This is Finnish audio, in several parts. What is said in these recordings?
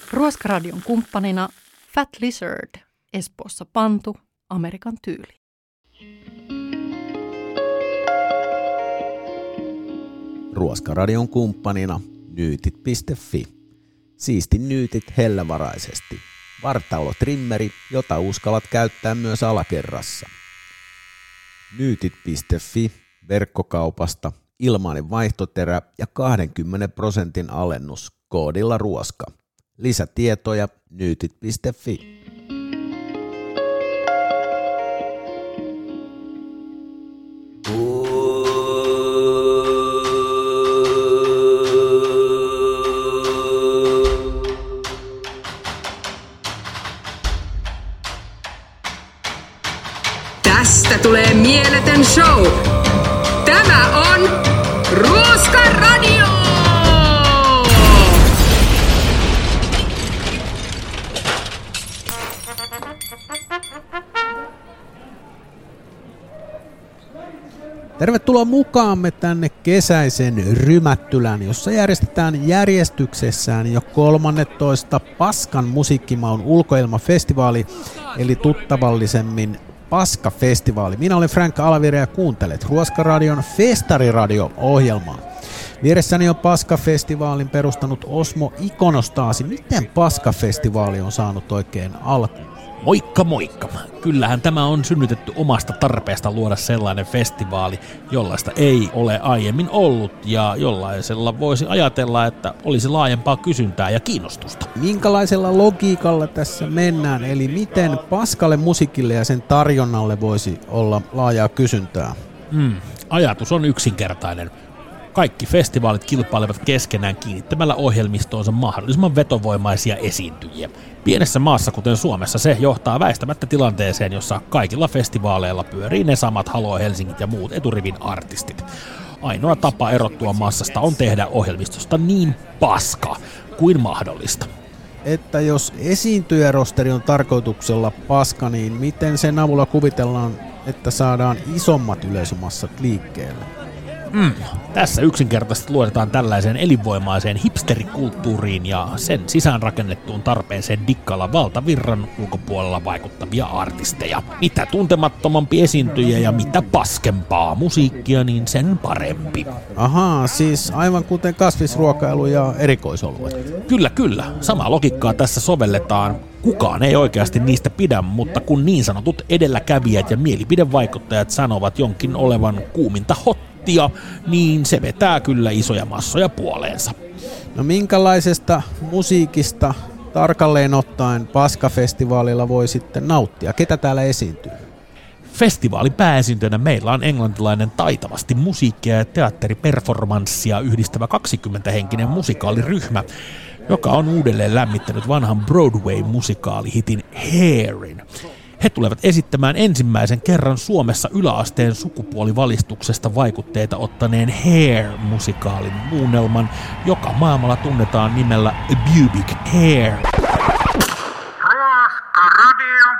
Ruoskaradion kumppanina Fat Lizard, Espoossa pantu, Amerikan tyyli. Ruoskaradion kumppanina nyytit.fi. Siisti nyytit hellävaraisesti. Vartaulotrimmeri, jota uskallat käyttää myös alakerrassa. Nyytit.fi verkkokaupasta ilmainen vaihtoterä ja 20% alennus koodilla ruoska. Lisätietoja nyytit.fi. Tästä tulee mieletön show. Tämä on Ruoskaradio! Tervetuloa mukaamme tänne kesäisen Rymättylän, jossa järjestetään järjestyksessään jo 13. Paskan musiikkimaun ulkoilmafestivaali, eli tuttavallisemmin Paska-festivaali. Minä olen Frank Alvire ja kuuntelet Ruoskaradion Festariradio-ohjelmaa. Vieressäni on Paska-festivaalin perustanut Osmo Ikonostaasi. Miten Paska-festivaali on saanut oikein alkuun? Moikka moikka! Kyllähän tämä on synnytetty omasta tarpeesta luoda sellainen festivaali, jollaista ei ole aiemmin ollut ja jollaisella voisi ajatella, että olisi laajempaa kysyntää ja kiinnostusta. Minkälaisella logiikalla tässä mennään, eli miten Paskalle musiikille ja sen tarjonnalle voisi olla laajaa kysyntää? Ajatus on yksinkertainen. Kaikki festivaalit kilpailevat keskenään kiinnittämällä ohjelmistoonsa mahdollisimman vetovoimaisia esiintyjiä. Pienessä maassa, kuten Suomessa, se johtaa väistämättä tilanteeseen, jossa kaikilla festivaaleilla pyörii ne samat Halo Helsingit ja muut eturivin artistit. Ainoa tapa erottua massasta on tehdä ohjelmistosta niin paska kuin mahdollista. Että jos esiintyjärosteri on tarkoituksella paska, niin miten sen avulla kuvitellaan, että saadaan isommat yleisömassat liikkeelle? Tässä yksinkertaisesti luotetaan tällaiseen elinvoimaiseen hipsterikulttuuriin ja sen sisäänrakennettuun tarpeeseen dikkailla valtavirran ulkopuolella vaikuttavia artisteja. Mitä tuntemattomampi esiintyjä ja mitä paskempaa musiikkia, niin sen parempi. Ahaa, siis aivan kuten kasvisruokailu ja erikoisoluet. Kyllä. Samaa logiikkaa tässä sovelletaan. Kukaan ei oikeasti niistä pidä, mutta kun niin sanotut edelläkävijät ja mielipidevaikuttajat sanovat jonkin olevan kuuminta hottia, niin se vetää kyllä isoja massoja puoleensa. No minkälaisesta musiikista tarkalleen ottaen Paska-festivaalilla voi sitten nauttia? Ketä täällä esiintyy? Festivaalin pääesiintyjänä meillä on englantilainen taitavasti musiikkia ja teatteriperformanssia yhdistävä 20-henkinen musikaaliryhmä, joka on uudelleen lämmittänyt vanhan Broadway-musikaalihitin Hairin. He tulevat esittämään ensimmäisen kerran Suomessa yläasteen sukupuolivalistuksesta vaikutteita ottaneen Hair-musikaalin muunnelman, joka maailmalla tunnetaan nimellä A Pubic Hair. Ruoskaradio.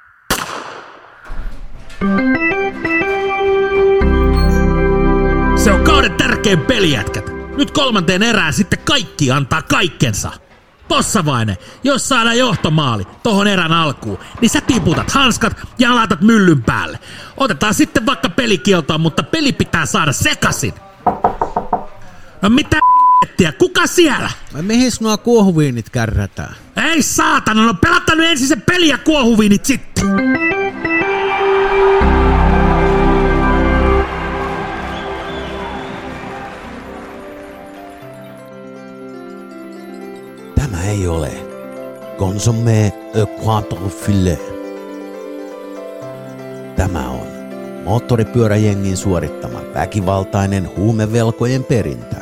Se on kauden tärkein peli, jätkät. Nyt 3. erään sitten kaikki antaa kaikkensa. Tossavainen, jos saadaan johtomaali tohon erän alkuun, niin sä tiputat hanskat ja laitat myllyn päälle. Otetaan sitten vaikka pelikieltoa, mutta peli pitää saada sekasin. No mitä ***tiä, kuka siellä? Mihin nuo kuohuviinit kärrätään? Ei saatana, no pelataan nyt ensin se peli ja kuohuviinit sitten. Tämä ei ole Consommé Quattrofilet. Tämä on moottoripyöräjengin suorittama väkivaltainen huumevelkojen perintä.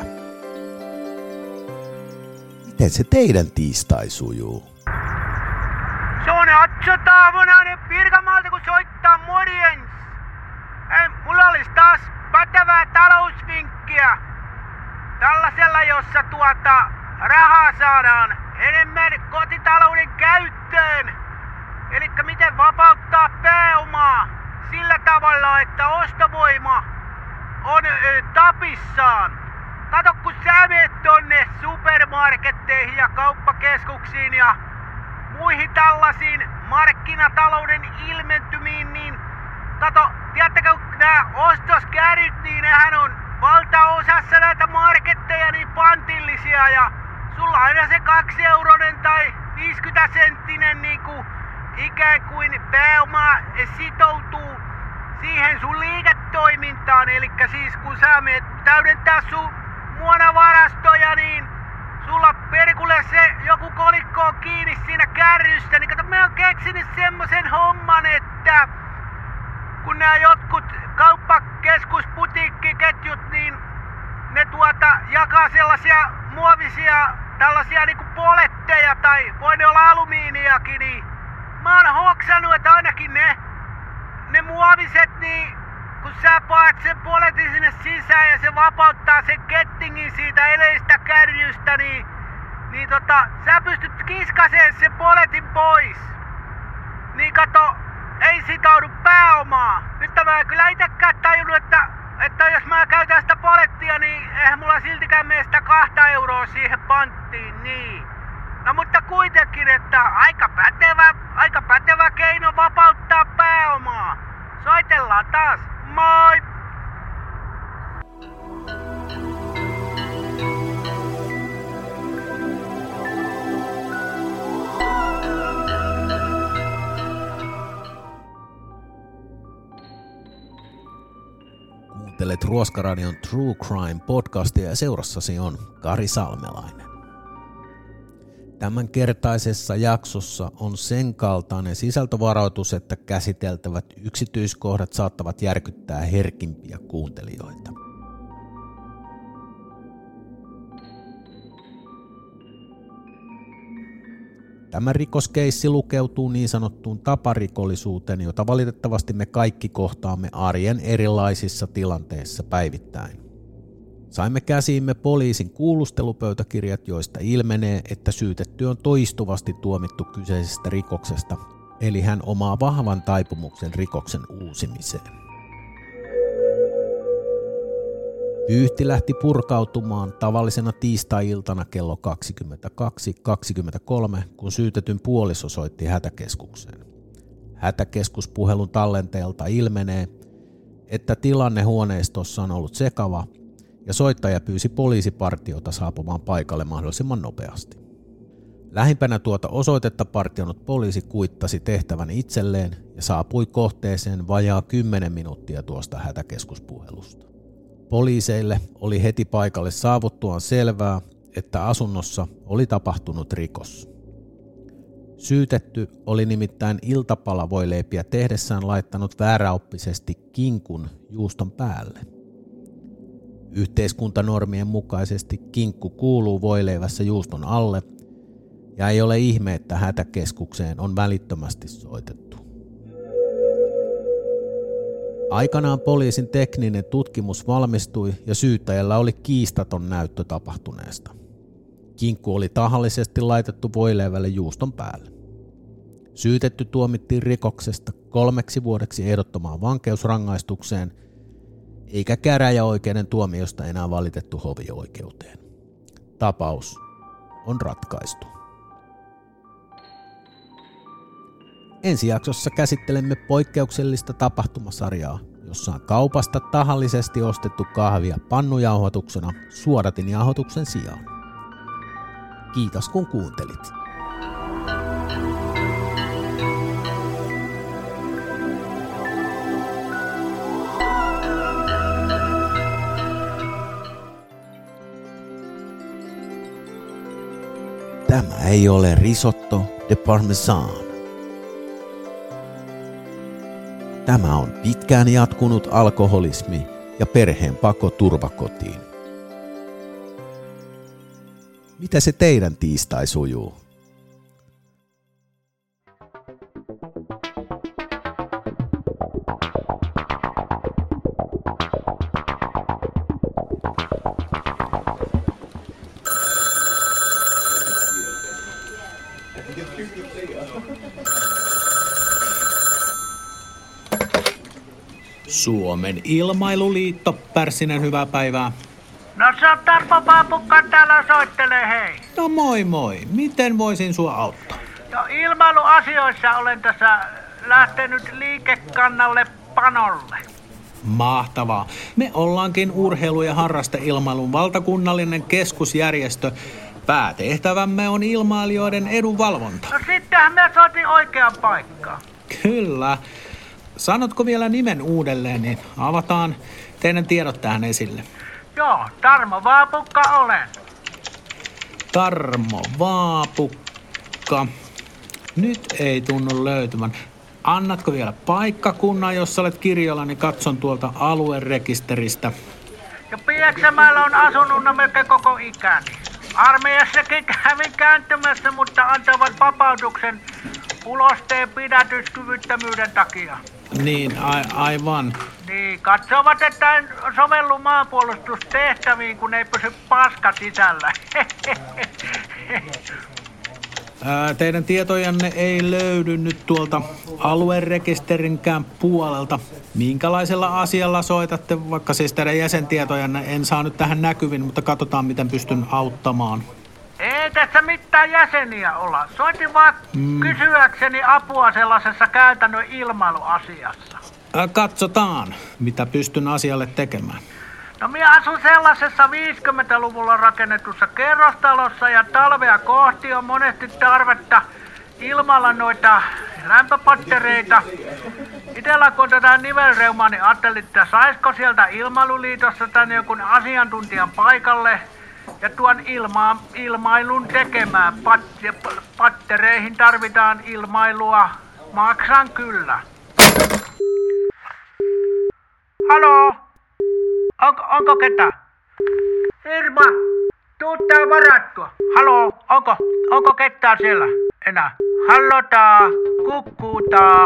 Miten se teidän tiistai sujuu? Se on Atso Taavonainen Pirkanmaalta, kun soittaa morjens. Hei, mulla olisi taas pätevää talousvinkkiä. Tällaisella, jossa rahaa saadaan enemmän kotitalouden käyttöön. Elikkä miten vapauttaa pääomaa sillä tavalla, että ostovoima on tapissaan. Kato, kun sä menet tonne supermarketteihin ja kauppakeskuksiin kauppakeskuksiin ja muihin tällaisiin markkinatalouden ilmentymiin, niin kato, tiedättekö, nämä ostoskärryt, niin nehän on valtaosassa näitä marketteja niin pantillisia ja sulla aina se 2-euronen tai 50-senttinen niinku ikään kuin pääoma sitoutuu siihen sun liiketoimintaan. Elikkä siis kun sä menet täydentää sun muonavarastoja, niin sulla perkulle se joku kolikko on kiinni siinä kärrystä. Niin kato, mä oon keksinyt semmosen homman, että kun nämä jotkut kauppakeskusputiikkiketjut, niin ne jakaa sellaisia muovisia tällaisia niinku poletteja tai voi ne olla alumiiniakin, niin mä oon hoksannut, että ainakin ne muoviset, niin kun sä paat sen poletin sinne sisään ja se vapauttaa sen kettingin siitä edestä kärrystä, niin sä pystyt kiskaseen sen poletin pois. Niin kato, ei sitoudu pääomaa. Nyt mä en kyllä itekään tajunnut, että jos mä käytän sitä polettia, niin eihän mulla siltikään mene sitä 2 euroa siihen panttiin, niin. No mutta kuitenkin, että aika pätevä keino vapauttaa pääomaa. Soitellaan taas. Moi! Kuuntelet Ruoskaradion True Crime podcastia ja seurassasi on Kari Salmelainen. Tämänkertaisessa jaksossa on sen kaltainen sisältövaroitus, että käsiteltävät yksityiskohdat saattavat järkyttää herkimpiä kuuntelijoita. Tämä rikoskeissi lukeutuu niin sanottuun taparikollisuuteen, jota valitettavasti me kaikki kohtaamme arjen erilaisissa tilanteissa päivittäin. Saimme käsiimme poliisin kuulustelupöytäkirjat, joista ilmenee, että syytetty on toistuvasti tuomittu kyseisestä rikoksesta, eli hän omaa vahvan taipumuksen rikoksen uusimiseen. Vyyhti lähti purkautumaan tavallisena tiistai-iltana kello 22:23, kun syytetyn puoliso soitti hätäkeskukseen. Hätäkeskuspuhelun tallenteelta ilmenee, että tilanne huoneistossa on ollut sekava ja soittaja pyysi poliisipartiota saapumaan paikalle mahdollisimman nopeasti. Lähimpänä tuota osoitetta partionut poliisi kuittasi tehtävän itselleen ja saapui kohteeseen vajaa 10 minuuttia tuosta hätäkeskuspuhelusta. Poliiseille oli heti paikalle saavuttuaan selvää, että asunnossa oli tapahtunut rikos. Syytetty oli nimittäin iltapalavoileipiä tehdessään laittanut vääräoppisesti kinkun juuston päälle. Yhteiskuntanormien mukaisesti kinkku kuuluu voileivässä juuston alle, ja ei ole ihme, että hätäkeskukseen on välittömästi soitettu. Aikanaan poliisin tekninen tutkimus valmistui ja syyttäjällä oli kiistaton näyttö tapahtuneesta. Kinkku oli tahallisesti laitettu voileivälle juuston päälle. Syytetty tuomittiin rikoksesta 3 vuodeksi ehdottomaan vankeusrangaistukseen, eikä käräjäoikeuden tuomiosta enää valitettu hovioikeuteen. Tapaus on ratkaistu. Ensi jaksossa käsittelemme poikkeuksellista tapahtumasarjaa, jossa on kaupasta tahallisesti ostettu kahvia pannujauhoituksena suodatinjauhoituksen sijaan. Kiitos kun kuuntelit. Tämä ei ole risotto de parmesan. Tämä on pitkään jatkunut alkoholismi ja perheen pako turvakotiin. Mitä se teidän tiistai sujuu? Suomen Ilmailuliitto, Pärssinen, hyvää päivää. No se on Tarmo Vaapukka täällä soittelee, hei. No moi moi, miten voisin sua auttaa? No ilmailuasioissa olen tässä lähtenyt liikekannalle panolle. Mahtavaa. Me ollaankin urheilu- ja harrasteilmailun valtakunnallinen keskusjärjestö. Päätehtävämme on ilmailijoiden edunvalvonta. No sittenhän me soitin oikeaan paikkaan. Kyllä. Sanotko vielä nimen uudelleen, niin avataan teidän tiedot tähän esille. Joo, Tarmo Vaapukka olen. Tarmo Vaapukka. Nyt ei tunnu löytyvän. Annatko vielä paikkakunnan, jos olet kirjoilla, niin katson tuolta aluerekisteristä. Ja Pieksämäellä on asunut melkein koko ikäni. Armeijassakin kävin kääntymässä, mutta antavat vapautuksen ulosteen pidätyskyvyttömyyden takia. Niin, aivan. Niin, katsovat, että en sovellu maanpuolustustehtäviin, kun ei pysy paska sisällä. Teidän tietojanne ei löydy nyt tuolta aluerekisterinkään puolelta. Minkälaisella asialla soitatte, vaikka siis teidän jäsentietojanne en saa nyt tähän näkyviin, mutta katsotaan miten pystyn auttamaan. Ei tässä mitään jäseniä olla. Soitin vaan kysyäkseni apua sellaisessa käytännön ilmailuasiassa. Katsotaan, mitä pystyn asialle tekemään. No minä asun sellaisessa 50-luvulla rakennetussa kerrostalossa ja talvea kohti on monesti tarvetta ilmailla noita lämpöpattereita. Itellä kun tätä nivelreumaa, niin ajattelin, että saisiko sieltä Ilmailuliitosta tänne jonkun asiantuntijan paikalle ja tuon ilmailun tekemään. Pattereihin tarvitaan ilmailua. Maksan kyllä. Haloo? Onko ketä? Irma, tuu tää varattua. Haloo, onko ketään siellä enää? Hallotaa, kukkuutaa.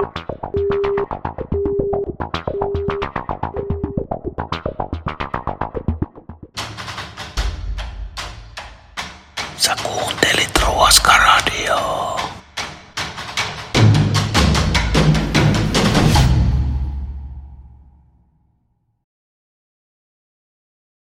Sä kuuntelit Ruoskaradioa.